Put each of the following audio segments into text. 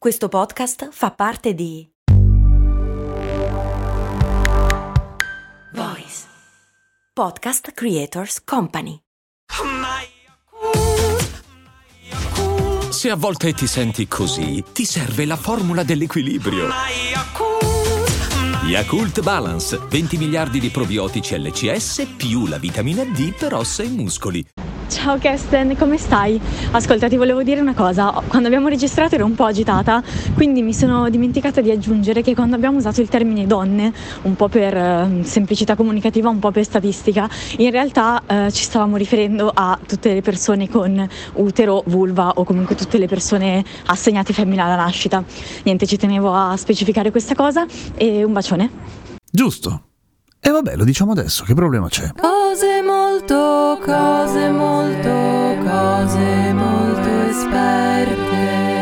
Questo podcast fa parte di Voice Podcast Creators Company. Se a volte ti senti così, ti serve la formula dell'equilibrio. Yakult Balance, 20 miliardi di probiotici LCS più la vitamina D per ossa e muscoli. Ciao Kesten, come stai? Ascolta, ti volevo dire una cosa. Quando abbiamo registrato ero un po' agitata, quindi mi sono dimenticata di aggiungere che quando abbiamo usato il termine donne, un po' per semplicità comunicativa, un po' per statistica, in realtà ci stavamo riferendo a tutte le persone con utero, vulva o comunque tutte le persone assegnate femmina alla nascita. Niente, ci tenevo a specificare questa cosa e un bacione. Giusto. E vabbè, lo diciamo adesso, che problema c'è? Cose molto esperte.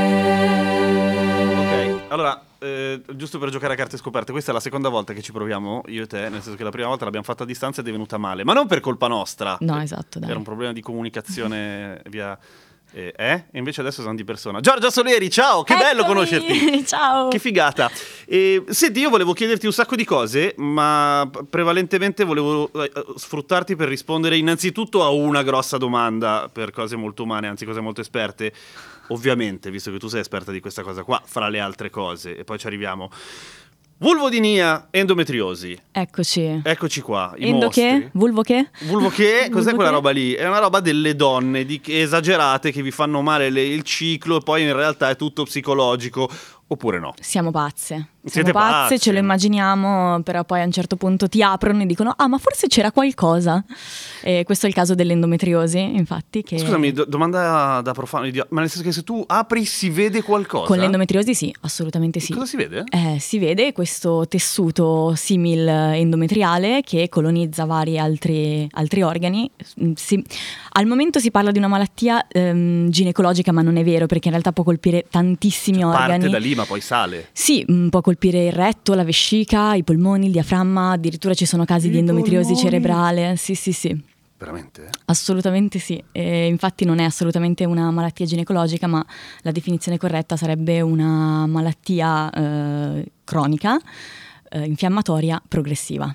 Ok, allora, giusto per giocare a carte scoperte, questa è la seconda volta che ci proviamo, io e te, nel senso che la prima volta l'abbiamo fatta a distanza ed è venuta male, ma non per colpa nostra. No, esatto, dai. Era un problema di comunicazione via... E invece adesso siamo di persona. Giorgia Soleri, ciao, che bello conoscerti. Ciao. Che figata. Senti, io volevo chiederti un sacco di cose, ma prevalentemente volevo sfruttarti per rispondere innanzitutto a una grossa domanda per cose molto umane, anzi cose molto esperte. Ovviamente, visto che tu sei esperta di questa cosa qua, fra le altre cose, e poi ci arriviamo. Vulvodinia, endometriosi. Eccoci qua, i mostri. Che? Vulvo che? Vulvo che? Cos'è Vulvo quella che? roba lì? È una roba delle donne esagerate che vi fanno male il ciclo e poi in realtà è tutto psicologico. Oppure no? Siamo pazze. Siete Siamo pazze, pazze. ce lo immaginiamo, però poi a un certo punto ti aprono e dicono ma forse c'era qualcosa. E questo è il caso dell'endometriosi, infatti. Che... Scusami, domanda da profano, ma nel senso che se tu apri si vede qualcosa? Con l'endometriosi sì, assolutamente sì. Cosa si vede? Si vede questo tessuto simil endometriale che colonizza vari altri organi. Al momento si parla di una malattia ginecologica, ma non è vero, perché in realtà può colpire tantissimi organi. Parte da lì, ma poi sale. Sì, può colpire il retto, la vescica, i polmoni, il diaframma, addirittura ci sono casi di endometriosi cerebrale. Sì. Veramente? Assolutamente sì, e infatti non è assolutamente una malattia ginecologica, ma la definizione corretta sarebbe una malattia cronica, infiammatoria, progressiva.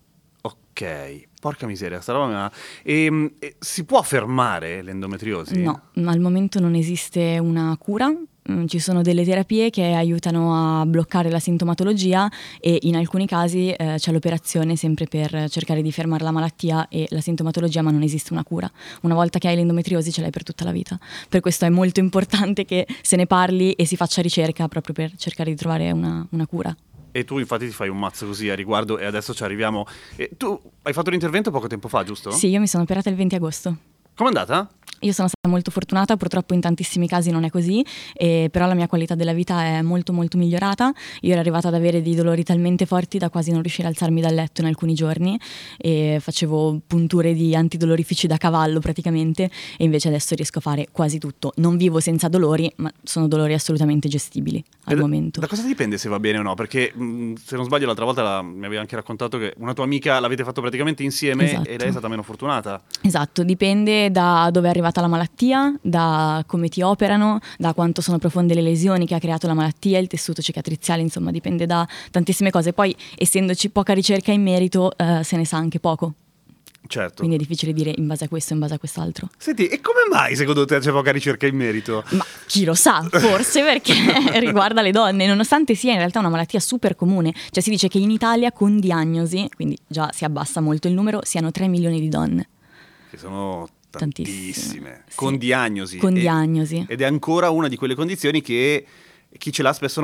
Ok, porca miseria, sta roba e si può fermare l'endometriosi? No, al momento non esiste una cura. Ci sono delle terapie che aiutano a bloccare la sintomatologia e in alcuni casi c'è l'operazione sempre per cercare di fermare la malattia e la sintomatologia, ma non esiste una cura. Una volta che hai l'endometriosi ce l'hai per tutta la vita. Per questo è molto importante che se ne parli e si faccia ricerca proprio per cercare di trovare una cura. E tu infatti ti fai un mazzo così a riguardo e adesso ci arriviamo. Tu hai fatto l'intervento poco tempo fa, giusto? Sì, io mi sono operata il 20 agosto. Com'è andata? Io sono stata molto fortunata, purtroppo in tantissimi casi non è così, però la mia qualità della vita è molto molto migliorata. Io ero arrivata ad avere dei dolori talmente forti da quasi non riuscire a alzarmi dal letto in alcuni giorni e facevo punture di antidolorifici da cavallo praticamente, e invece adesso riesco a fare quasi tutto. Non vivo senza dolori, ma sono dolori assolutamente gestibili al momento. Da cosa dipende se va bene o no? Perché se non sbaglio l'altra volta mi avevi anche raccontato che una tua amica l'avete fatto praticamente insieme. Esatto. E lei è stata meno fortunata. Esatto, dipende da dove è arrivata la malattia, da come ti operano, da quanto sono profonde le lesioni che ha creato la malattia, il tessuto cicatriziale, insomma dipende da tantissime cose. Poi essendoci poca ricerca in merito se ne sa anche poco. Certo. Quindi è difficile dire in base a questo, in base a quest'altro. Senti, e come mai secondo te c'è poca ricerca in merito? Ma chi lo sa, forse perché riguarda le donne, nonostante sia in realtà una malattia super comune. Cioè si dice che in Italia con diagnosi, quindi già si abbassa molto il numero, siano 3 milioni di donne. Che sono tantissime. Sì. Con diagnosi. Diagnosi. Ed è ancora una di quelle condizioni che chi ce l'ha spesso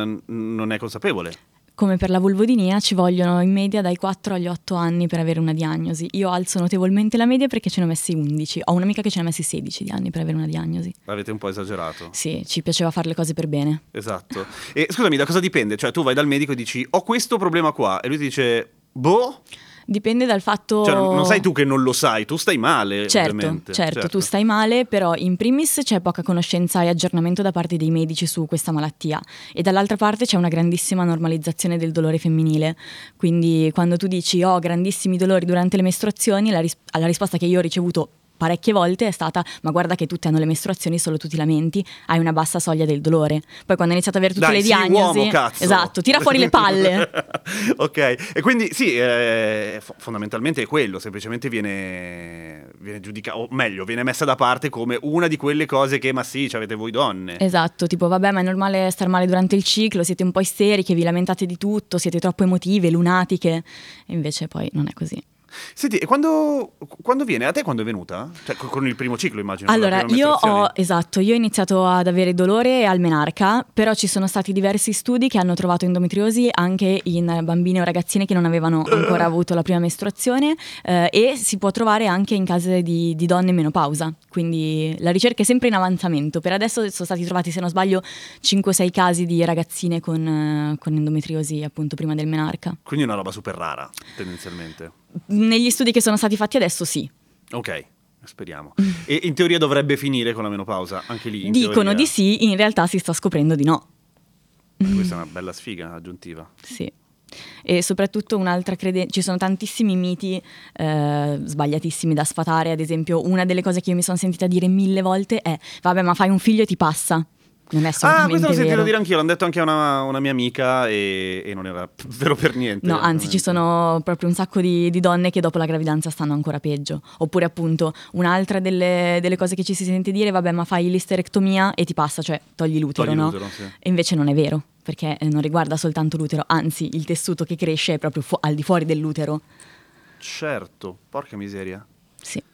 non è consapevole. Come per la vulvodinia ci vogliono in media dai 4 agli 8 anni per avere una diagnosi. Io alzo notevolmente la media perché ce ne ho messi 11. Ho un'amica che ce ne ha messi 16 di anni per avere una diagnosi. L'avete un po' esagerato. Sì, ci piaceva fare le cose per bene. Esatto. E scusami, da cosa dipende? Cioè tu vai dal medico e dici ho questo problema qua e lui ti dice boh... Dipende dal fatto... Cioè non sai tu che non lo sai, tu stai male ovviamente. Certo, tu stai male, però in primis c'è poca conoscenza e aggiornamento da parte dei medici su questa malattia e dall'altra parte c'è una grandissima normalizzazione del dolore femminile. Quindi quando tu dici ho grandissimi dolori durante le mestruazioni, la risposta che io ho ricevuto parecchie volte è stata: ma guarda che tutti hanno le mestruazioni, solo tu ti lamenti, hai una bassa soglia del dolore. Poi quando ho iniziato ad avere tutte le diagnosi, uomo, cazzo. Esatto, tira fuori le palle. Ok, e quindi sì, fondamentalmente è quello, semplicemente viene giudicato, o meglio, viene messa da parte come una di quelle cose che, ma sì, avete voi donne. Esatto, tipo vabbè, ma è normale star male durante il ciclo, siete un po' isteriche, vi lamentate di tutto, siete troppo emotive, lunatiche, e invece poi non è così. Senti, e quando viene? A te quando è venuta? Cioè, con il primo ciclo, immagino. Allora, io ho iniziato ad avere dolore al menarca, però ci sono stati diversi studi che hanno trovato endometriosi anche in bambine o ragazzine che non avevano ancora avuto la prima mestruazione, e si può trovare anche in case di donne in menopausa, quindi la ricerca è sempre in avanzamento. Per adesso sono stati trovati, se non sbaglio, 5-6 casi di ragazzine con endometriosi appunto prima del menarca. Quindi è una roba super rara, tendenzialmente. Negli studi che sono stati fatti adesso sì. Ok, speriamo. E in teoria dovrebbe finire con la menopausa, anche lì? Dicono di sì, in realtà si sta scoprendo di no. Questa è una bella sfiga aggiuntiva. Sì. E soprattutto un'altra ci sono tantissimi miti sbagliatissimi da sfatare. Ad esempio, una delle cose che io mi sono sentita dire 1000 volte è: vabbè, ma fai un figlio e ti passa. Non è assolutamente questo l'ho sentito vero. dire anch'io, l'hanno detto anche a una mia amica e non era vero per niente. No, anzi, ci sono proprio un sacco di donne che dopo la gravidanza stanno ancora peggio. Oppure appunto un'altra delle cose che ci si sente dire: vabbè, ma fai l'isterectomia e ti passa, cioè togli l'utero, no? Sì. E invece non è vero, perché non riguarda soltanto l'utero, anzi il tessuto che cresce è proprio al di fuori dell'utero. Certo, porca miseria. Sì.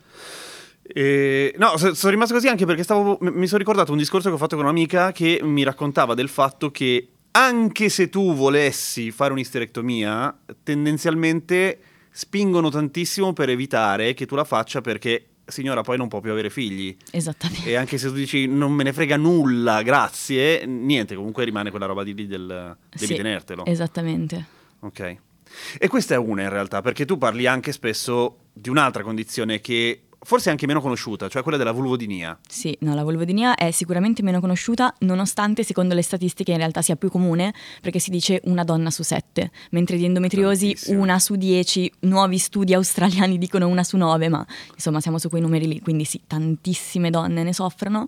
No, sono rimasto così anche perché mi sono ricordato un discorso che ho fatto con un'amica che mi raccontava del fatto che anche se tu volessi fare un'isterectomia, tendenzialmente spingono tantissimo per evitare che tu la faccia, perché signora poi non può più avere figli. Esattamente. E anche se tu dici non me ne frega nulla, grazie, niente, comunque rimane quella roba di lì devi tenertelo. Esattamente. Ok. E questa è una in realtà, perché tu parli anche spesso di un'altra condizione che forse è anche meno conosciuta, cioè quella della vulvodinia. Sì, no, la vulvodinia è sicuramente meno conosciuta, nonostante secondo le statistiche in realtà sia più comune, perché si dice 1 donna su 7, mentre di endometriosi 1 su 10, nuovi studi australiani dicono 1 su 9, ma insomma siamo su quei numeri lì, quindi sì, tantissime donne ne soffrono,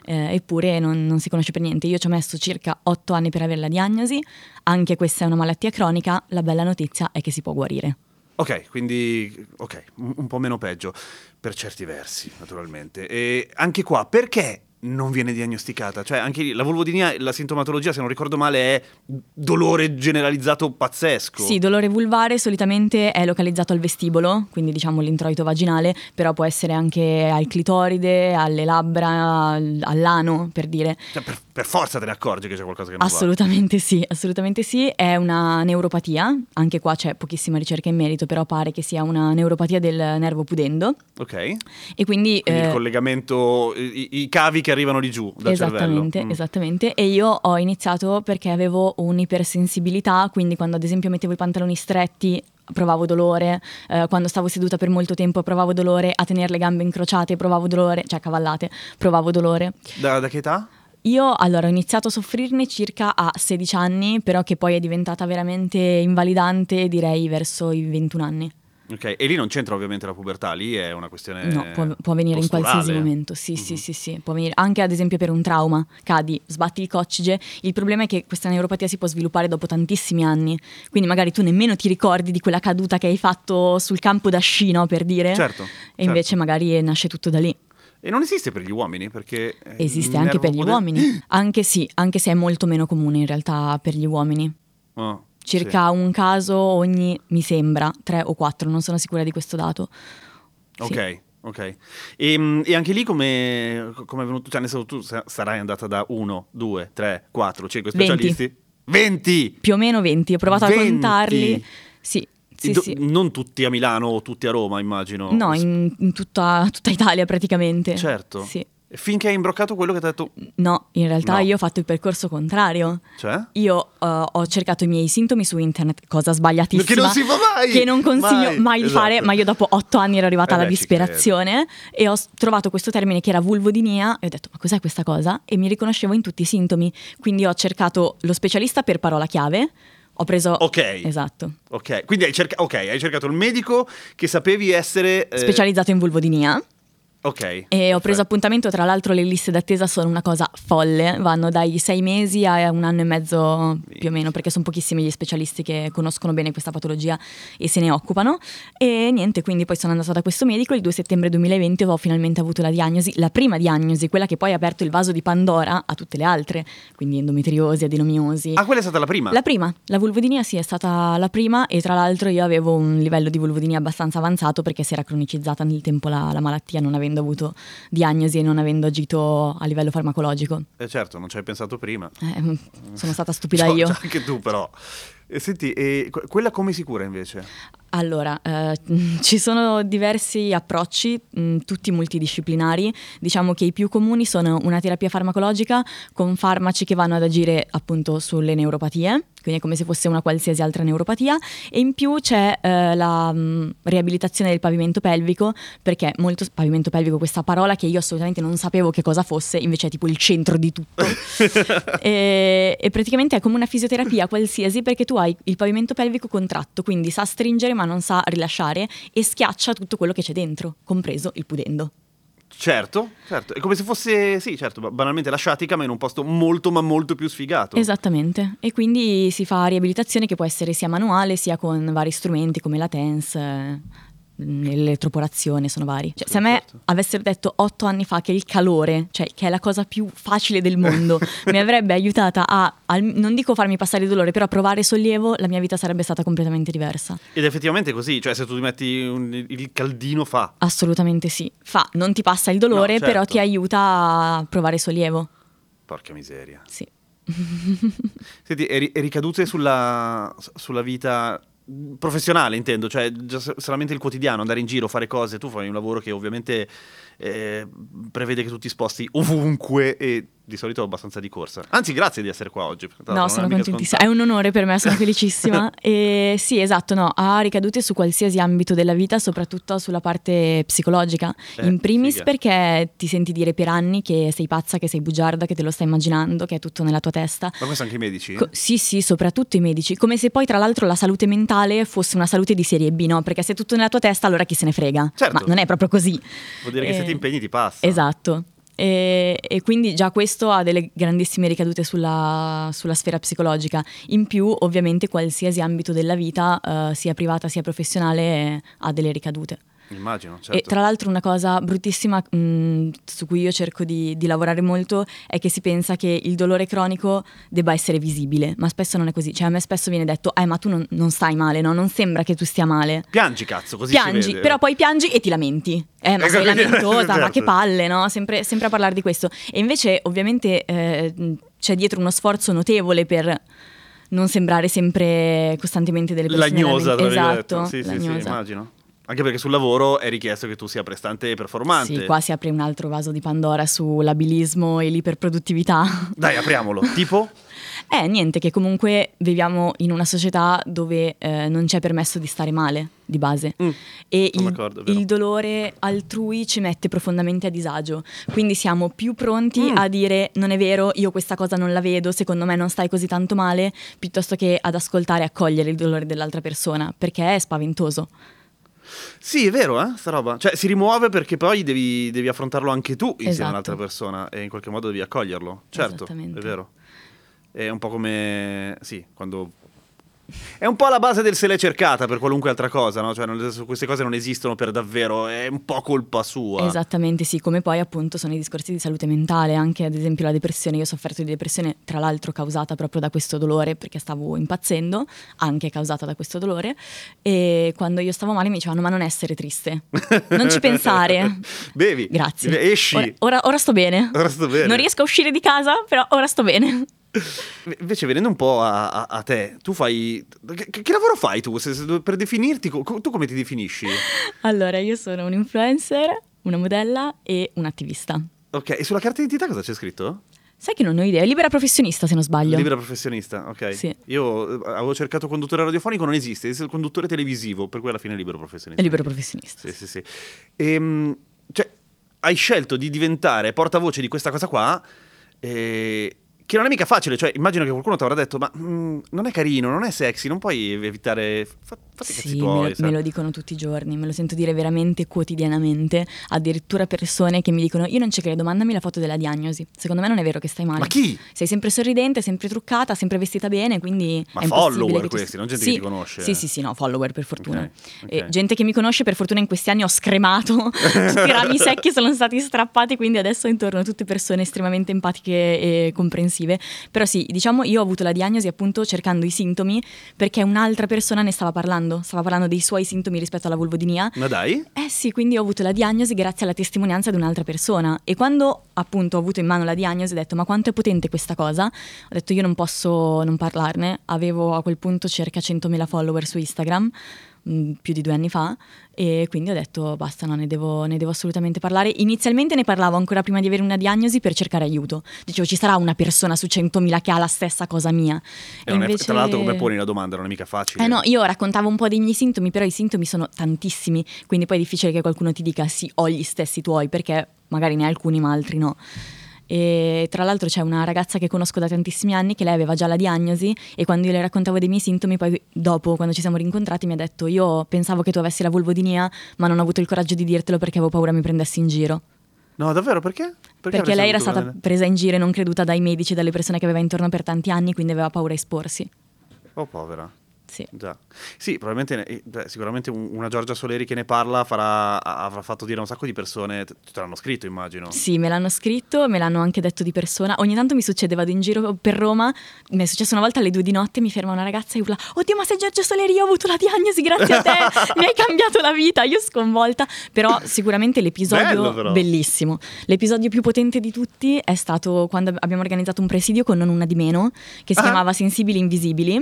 eppure non si conosce per niente. Io ci ho messo circa 8 anni per avere la diagnosi, anche questa è una malattia cronica, la bella notizia è che si può guarire. Ok, quindi un po' meno peggio, per certi versi, naturalmente. E anche qua, perché non viene diagnosticata? Cioè, anche lì, la vulvodinia, la sintomatologia, se non ricordo male, è dolore generalizzato pazzesco. Sì, dolore vulvare solitamente è localizzato al vestibolo, quindi diciamo l'introito vaginale, però può essere anche al clitoride, alle labbra, all'ano, per dire. Cioè, per forza te ne accorgi che c'è qualcosa che non assolutamente sì, è una neuropatia, anche qua c'è pochissima ricerca in merito, però pare che sia una neuropatia del nervo pudendo. Ok. E quindi il collegamento, i cavi che arrivano di giù dal cervello. Esattamente. E io ho iniziato perché avevo un'ipersensibilità, quindi quando ad esempio mettevo i pantaloni stretti provavo dolore, quando stavo seduta per molto tempo provavo dolore, a tenere le gambe incrociate provavo dolore, cioè cavallate, provavo dolore. Da che età? Io allora ho iniziato a soffrirne circa a 16 anni, però che poi è diventata veramente invalidante direi verso i 21 anni. Ok, e lì non c'entra ovviamente la pubertà, lì è una questione no, può venire posturale. In qualsiasi momento, sì, può venire anche ad esempio per un trauma, cadi, sbatti il coccige. Il problema è che questa neuropatia si può sviluppare dopo tantissimi anni, quindi magari tu nemmeno ti ricordi di quella caduta che hai fatto sul campo da sci, no, per dire. Certo. E invece magari nasce tutto da lì. E non esiste per gli uomini, perché esiste anche per gli uomini, anche se è molto meno comune in realtà per gli uomini. Circa un caso ogni, mi sembra, 3 o 4, non sono sicura di questo dato. Ok. E anche lì come è venuto? Cioè, nel senso, tu sarai andata da 1, 2, 3, 4, 5 specialisti? 20! Più o meno 20, ho provato 20. A contarli. Sì. Non tutti a Milano o tutti a Roma, immagino. No, in tutta Italia praticamente. Certo. Sì. Finché hai imbroccato quello che ti ha detto? No, in realtà io ho fatto il percorso contrario. Cioè? Io ho cercato i miei sintomi su internet, cosa sbagliatissima. Che non si fa mai! Che non consiglio mai di fare, ma io dopo 8 anni ero arrivata alla disperazione e ho trovato questo termine che era vulvodinia e ho detto, ma cos'è questa cosa? E mi riconoscevo in tutti i sintomi, quindi ho cercato lo specialista per parola chiave. Ho preso... Ok. Esatto. Ok, quindi hai cercato il medico che sapevi essere... specializzato in vulvodinia. Ok. E ho preso appuntamento, tra l'altro le liste d'attesa sono una cosa folle, vanno dai 6 mesi a 1 anno e mezzo più o meno, perché sono pochissimi gli specialisti che conoscono bene questa patologia e se ne occupano. E niente, quindi poi sono andata da questo medico, il 2 settembre 2020 ho finalmente avuto la diagnosi, la prima diagnosi, quella che poi ha aperto il vaso di Pandora a tutte le altre, quindi endometriosi, adenomiosi. Ah, quella è stata la prima? La prima, la vulvodinia sì, è stata la prima, e tra l'altro io avevo un livello di vulvodinia abbastanza avanzato perché si era cronicizzata nel tempo la malattia, non avendo avuto diagnosi e non avendo agito a livello farmacologico. Certo, non ci hai pensato prima. Sono stata stupida io. Anche tu però. Senti, quella come si cura invece? Allora, ci sono diversi approcci, tutti multidisciplinari. Diciamo che i più comuni sono una terapia farmacologica con farmaci che vanno ad agire appunto sulle neuropatie, quindi è come se fosse una qualsiasi altra neuropatia, e in più c'è la riabilitazione del pavimento pelvico, perché molto pavimento pelvico, questa parola che io assolutamente non sapevo che cosa fosse, invece è tipo il centro di tutto. e praticamente è come una fisioterapia qualsiasi, perché tu hai il pavimento pelvico contratto, quindi sa stringere ma non sa rilasciare, e schiaccia tutto quello che c'è dentro, compreso il pudendo. Certo, è come se fosse, sì, certo, banalmente la sciatica, ma in un posto molto ma molto più sfigato. Esattamente, e quindi si fa riabilitazione che può essere sia manuale sia con vari strumenti come la TENS, l'elettroporazione, sono vari. Cioè, se a me avessero detto 8 anni fa che il calore, cioè che è la cosa più facile del mondo, mi avrebbe aiutata a non dico farmi passare il dolore, però a provare sollievo, la mia vita sarebbe stata completamente diversa. Ed effettivamente è così, cioè se tu ti metti il caldino fa. Assolutamente sì, non ti passa il dolore, no, certo. però ti aiuta a provare sollievo. Porca miseria. Sì. Senti, e ricadute sulla vita professionale, intendo, cioè già solamente il quotidiano, andare in giro, fare cose. Tu fai un lavoro che ovviamente prevede che tu ti sposti ovunque e di solito abbastanza di corsa. Anzi, grazie di essere qua oggi. No, sono contentissima, è un onore per me, sono felicissima. E sì, esatto, no, ha ricadute su qualsiasi ambito della vita, soprattutto sulla parte psicologica. In primis figa. Perché ti senti dire per anni che sei pazza, che sei bugiarda, che te lo stai immaginando, che è tutto nella tua testa. Ma questo anche i medici? Sì, soprattutto i medici. Come se poi tra l'altro la salute mentale fosse una salute di serie B, no? Perché se è tutto nella tua testa, allora chi se ne frega? Certo. Ma non è proprio così. Vuol dire che se ti impegni ti passa. Esatto. E quindi già questo ha delle grandissime ricadute sulla sfera psicologica. In più, ovviamente, qualsiasi ambito della vita, sia privata sia professionale, ha delle ricadute. Immagino, certo. E tra l'altro una cosa bruttissima su cui io cerco di lavorare molto è che si pensa che il dolore cronico debba essere visibile, ma spesso non è così. Cioè a me spesso viene detto ma tu non stai male, no? Non sembra che tu stia male. Piangi, cazzo, così piangi, si vede. Però poi piangi e ti lamenti. Ma sei lamentosa, certo. Ma che palle, no? Sempre a parlare di questo. E invece ovviamente c'è dietro uno sforzo notevole per non sembrare sempre costantemente delle persone lagnosa, esatto, sì, lagnosa. Sì, immagino. Anche perché sul lavoro è richiesto che tu sia prestante e performante. Sì, qua si apre un altro vaso di Pandora sull'abilismo e l'iperproduttività. Dai, apriamolo. Tipo? Niente, che comunque viviamo in una società dove non c'è permesso di stare male, di base. E il dolore altrui ci mette profondamente a disagio. Quindi siamo più pronti a dire non è vero, io questa cosa non la vedo, secondo me non stai così tanto male, piuttosto che ad ascoltare e accogliere il dolore dell'altra persona, perché è spaventoso. Sì, è vero, sta roba. Cioè, si rimuove perché poi devi affrontarlo anche tu insieme all'altra persona e in qualche modo devi accoglierlo. Certo, è vero. È un po' come... Sì, quando... È un po' la base del se l'è cercata per qualunque altra cosa, no? Cioè queste cose non esistono per davvero, è un po' colpa sua. Esattamente, sì, come poi appunto sono i discorsi di salute mentale, anche ad esempio la depressione. Io ho sofferto di depressione, tra l'altro causata proprio da questo dolore, perché stavo impazzendo, anche causata da questo dolore, e quando io stavo male mi dicevano ma non essere triste, non ci pensare. Bevi. Grazie. Esci. Ora sto bene. Ora sto bene. Non riesco a uscire di casa, però ora sto bene. Invece venendo un po' a te, tu fai... Che lavoro fai tu? Per definirti, tu come ti definisci? Allora, io sono un influencer, una modella e un attivista. Ok, e sulla carta d'identità cosa c'è scritto? Sai che non ho idea, libera professionista se non sbaglio. Libera professionista, ok. Sì. Io avevo cercato conduttore radiofonico, non esiste il conduttore televisivo, per cui alla fine è libero professionista. È libero professionista. Sì. Cioè, hai scelto di diventare portavoce di questa cosa qua, che non è mica facile, cioè immagino che qualcuno ti avrà detto ma non è carino, non è sexy, non puoi evitare, Fatti i cazzi Sì, tuoi, me lo dicono tutti i giorni, me lo sento dire veramente quotidianamente, addirittura persone che mi dicono io non ci credo, mandami la foto della diagnosi. Secondo me non è vero che stai male. Ma chi? Sei sempre sorridente, sempre truccata, sempre vestita bene, quindi Ma è impossibile follower che tu questi, non gente sì, che ti conosce. Sì, no, follower per fortuna. Ok. E gente che mi conosce per fortuna in questi anni ho scremato, tutti i rami secchi sono stati strappati, quindi adesso ho intorno tutte persone estremamente empatiche e comprensive. Però sì, diciamo io ho avuto la diagnosi appunto cercando i sintomi perché un'altra persona ne stava parlando dei suoi sintomi rispetto alla vulvodinia. Ma dai? Sì, quindi ho avuto la diagnosi grazie alla testimonianza di un'altra persona e quando appunto ho avuto in mano la diagnosi ho detto ma quanto è potente questa cosa? Ho detto io non posso non parlarne, avevo a quel punto circa 100.000 follower su Instagram, più di 2 anni fa, e quindi ho detto basta, no, ne devo assolutamente parlare. Inizialmente ne parlavo ancora prima di avere una diagnosi per cercare aiuto, dicevo ci sarà una persona su 100.000 che ha la stessa cosa mia e invece... Tra l'altro come poni la domanda non è mica facile. No, io raccontavo un po' dei miei sintomi, però i sintomi sono tantissimi, quindi poi è difficile che qualcuno ti dica sì, ho gli stessi tuoi, perché magari ne ha alcuni ma altri no. E tra l'altro c'è una ragazza che conosco da tantissimi anni che lei aveva già la diagnosi e quando io le raccontavo dei miei sintomi poi dopo quando ci siamo rincontrati mi ha detto io pensavo che tu avessi la vulvodinia ma non ho avuto il coraggio di dirtelo perché avevo paura mi prendessi in giro. No, davvero? Perché? Perché lei era stata presa in giro e non creduta dai medici e dalle persone che aveva intorno per tanti anni, quindi aveva paura a esporsi. Oh, povera. Sì. Già. Sì, probabilmente sicuramente una Giorgia Soleri che ne parla avrà fatto dire a un sacco di persone, te l'hanno scritto immagino. Sì, me l'hanno scritto, me l'hanno anche detto di persona. Ogni tanto mi succede, vado in giro per Roma, mi è successo una volta alle 2 di notte, mi ferma una ragazza e urla oddio ma sei Giorgia Soleri, io ho avuto la diagnosi grazie a te, mi hai cambiato la vita, io sconvolta. Però sicuramente l'episodio bellissimo, l'episodio più potente di tutti è stato quando abbiamo organizzato un presidio con Non Una Di Meno che si chiamava Sensibili Invisibili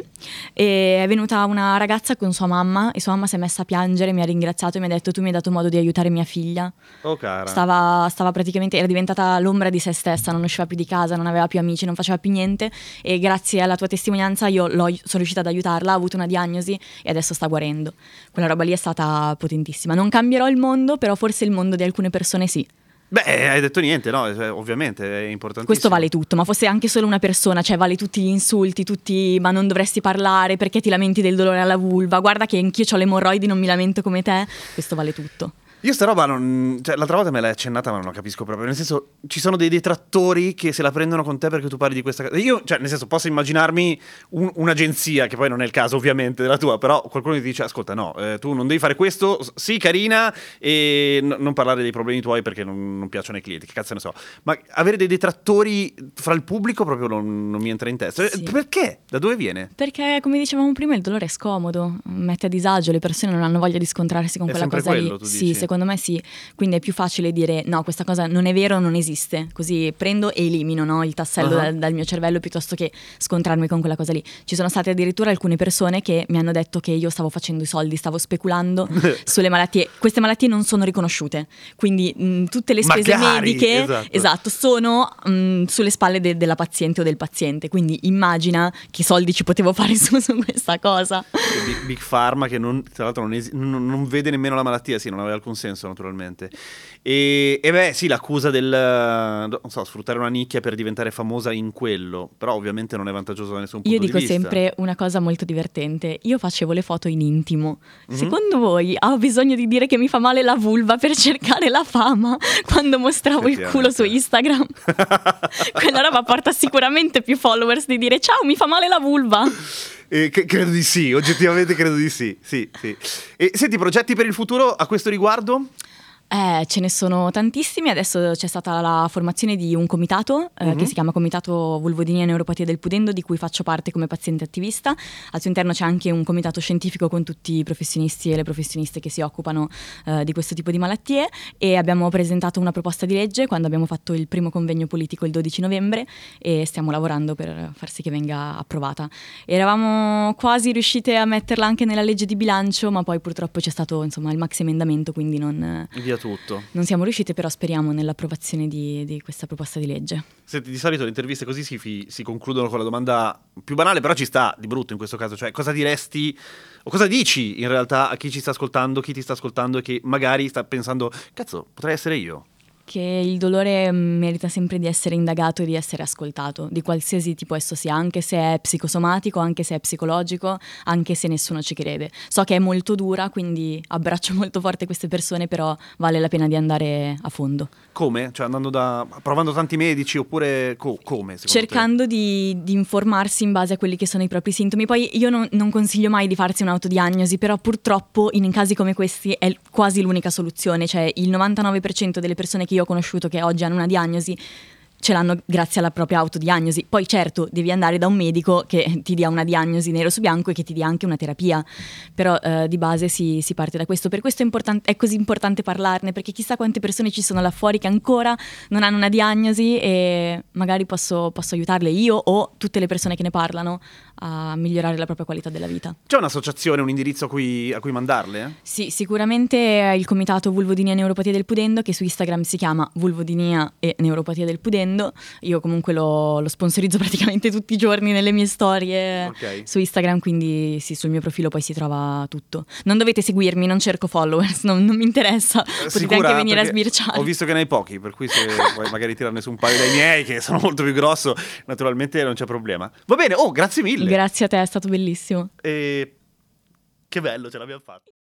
e è venuta una ragazza con sua mamma e sua mamma si è messa a piangere, mi ha ringraziato e mi ha detto tu mi hai dato modo di aiutare mia figlia. Oh cara. Stava praticamente, era diventata l'ombra di se stessa, non usciva più di casa, non aveva più amici, non faceva più niente e grazie alla tua testimonianza io sono riuscita ad aiutarla, ha avuto una diagnosi e adesso sta guarendo. Quella roba lì è stata potentissima. Non cambierò il mondo, però forse il mondo di alcune persone sì. Beh, hai detto niente, no? Ovviamente è importantissimo. Questo vale tutto, ma fosse anche solo una persona, cioè vale tutti gli insulti, tutti ma non dovresti parlare perché ti lamenti del dolore alla vulva, guarda che anch'io ho le emorroidi, non mi lamento come te, questo vale tutto. Io sta roba l'altra volta me l'hai accennata ma non la capisco proprio. Nel senso, ci sono dei detrattori che se la prendono con te perché tu parli di questa cosa. Io, cioè, nel senso, posso immaginarmi un'agenzia, che poi non è il caso ovviamente della tua, però qualcuno ti dice, ascolta, no, tu non devi fare questo, sì, carina, e non parlare dei problemi tuoi perché non piacciono ai clienti, che cazzo ne so. Ma avere dei detrattori fra il pubblico proprio non mi entra in testa. Sì. Perché? Da dove viene? Perché, come dicevamo prima, il dolore è scomodo, mette a disagio, le persone non hanno voglia di scontrarsi con È quella sempre cosa quello, lì. tu Sì, dici? secondo me sì. Quindi è più facile dire no, questa cosa non è vero, non esiste. Così prendo e elimino, no, il tassello dal mio cervello piuttosto che scontrarmi con quella cosa lì. Ci sono state addirittura alcune persone che mi hanno detto che io stavo facendo i soldi, stavo speculando sulle malattie. Queste malattie non sono riconosciute, quindi tutte le spese Magari, mediche esatto, sono sulle spalle della paziente o del paziente. Quindi immagina che soldi ci potevo fare su questa cosa. Big Pharma che tra l'altro non vede nemmeno la malattia, sì, non aveva alcun senso naturalmente. E beh sì, l'accusa del non so, sfruttare una nicchia per diventare famosa in quello, però ovviamente non è vantaggioso da nessun punto di vista. Io dico sempre una cosa molto divertente, io facevo le foto in intimo, secondo voi ho bisogno di dire che mi fa male la vulva per cercare la fama quando mostravo il culo su Instagram? Quella roba porta sicuramente più followers di dire ciao mi fa male la vulva. Credo di sì, oggettivamente credo di sì. E senti, progetti per il futuro a questo riguardo? Ce ne sono tantissimi, adesso c'è stata la formazione di un comitato che si chiama Comitato Vulvodinia e Neuropatia del Pudendo, di cui faccio parte come paziente attivista. Al suo interno c'è anche un comitato scientifico con tutti i professionisti e le professioniste che si occupano di questo tipo di malattie e abbiamo presentato una proposta di legge quando abbiamo fatto il primo convegno politico il 12 novembre e stiamo lavorando per far sì che venga approvata. Eravamo quasi riuscite a metterla anche nella legge di bilancio, ma poi purtroppo c'è stato insomma il maxi emendamento, quindi non siamo riuscite, però speriamo nell'approvazione di questa proposta di legge. Senti, di solito le interviste così si concludono con la domanda più banale, però ci sta di brutto in questo caso, cioè cosa diresti o cosa dici in realtà a chi ci sta ascoltando, chi ti sta ascoltando e che magari sta pensando cazzo, potrei essere io? Che il dolore merita sempre di essere indagato e di essere ascoltato, di qualsiasi tipo esso sia, anche se è psicosomatico, anche se è psicologico, anche se nessuno ci crede. So che è molto dura, quindi abbraccio molto forte queste persone, però vale la pena di andare a fondo. Come? Cioè provando tanti medici oppure come? Cercando di informarsi in base a quelli che sono i propri sintomi. Poi io non consiglio mai di farsi un'autodiagnosi, però purtroppo in casi come questi è quasi l'unica soluzione. Cioè il 99% delle persone che io ho conosciuto che oggi hanno una diagnosi ce l'hanno grazie alla propria autodiagnosi. Poi certo devi andare da un medico che ti dia una diagnosi nero su bianco e che ti dia anche una terapia, però di base si parte da questo. Per questo è così importante parlarne, perché chissà quante persone ci sono là fuori che ancora non hanno una diagnosi e magari posso aiutarle io o tutte le persone che ne parlano a migliorare la propria qualità della vita. C'è un'associazione, un indirizzo a cui mandarle? Sì, sicuramente il comitato Vulvodinia e Neuropatia del Pudendo, che su Instagram si chiama Vulvodinia e Neuropatia del Pudendo. Io comunque lo sponsorizzo praticamente tutti i giorni nelle mie storie su Instagram, quindi sì, sul mio profilo poi si trova tutto. Non dovete seguirmi, non cerco followers, non mi interessa, potete anche venire a sbirciare. Ho visto che ne hai pochi, per cui se vuoi magari tirarne su un paio dai miei che sono molto più grosso, naturalmente non c'è problema. Va bene, grazie mille. Grazie a te, è stato bellissimo. Che bello, ce l'abbiamo fatta.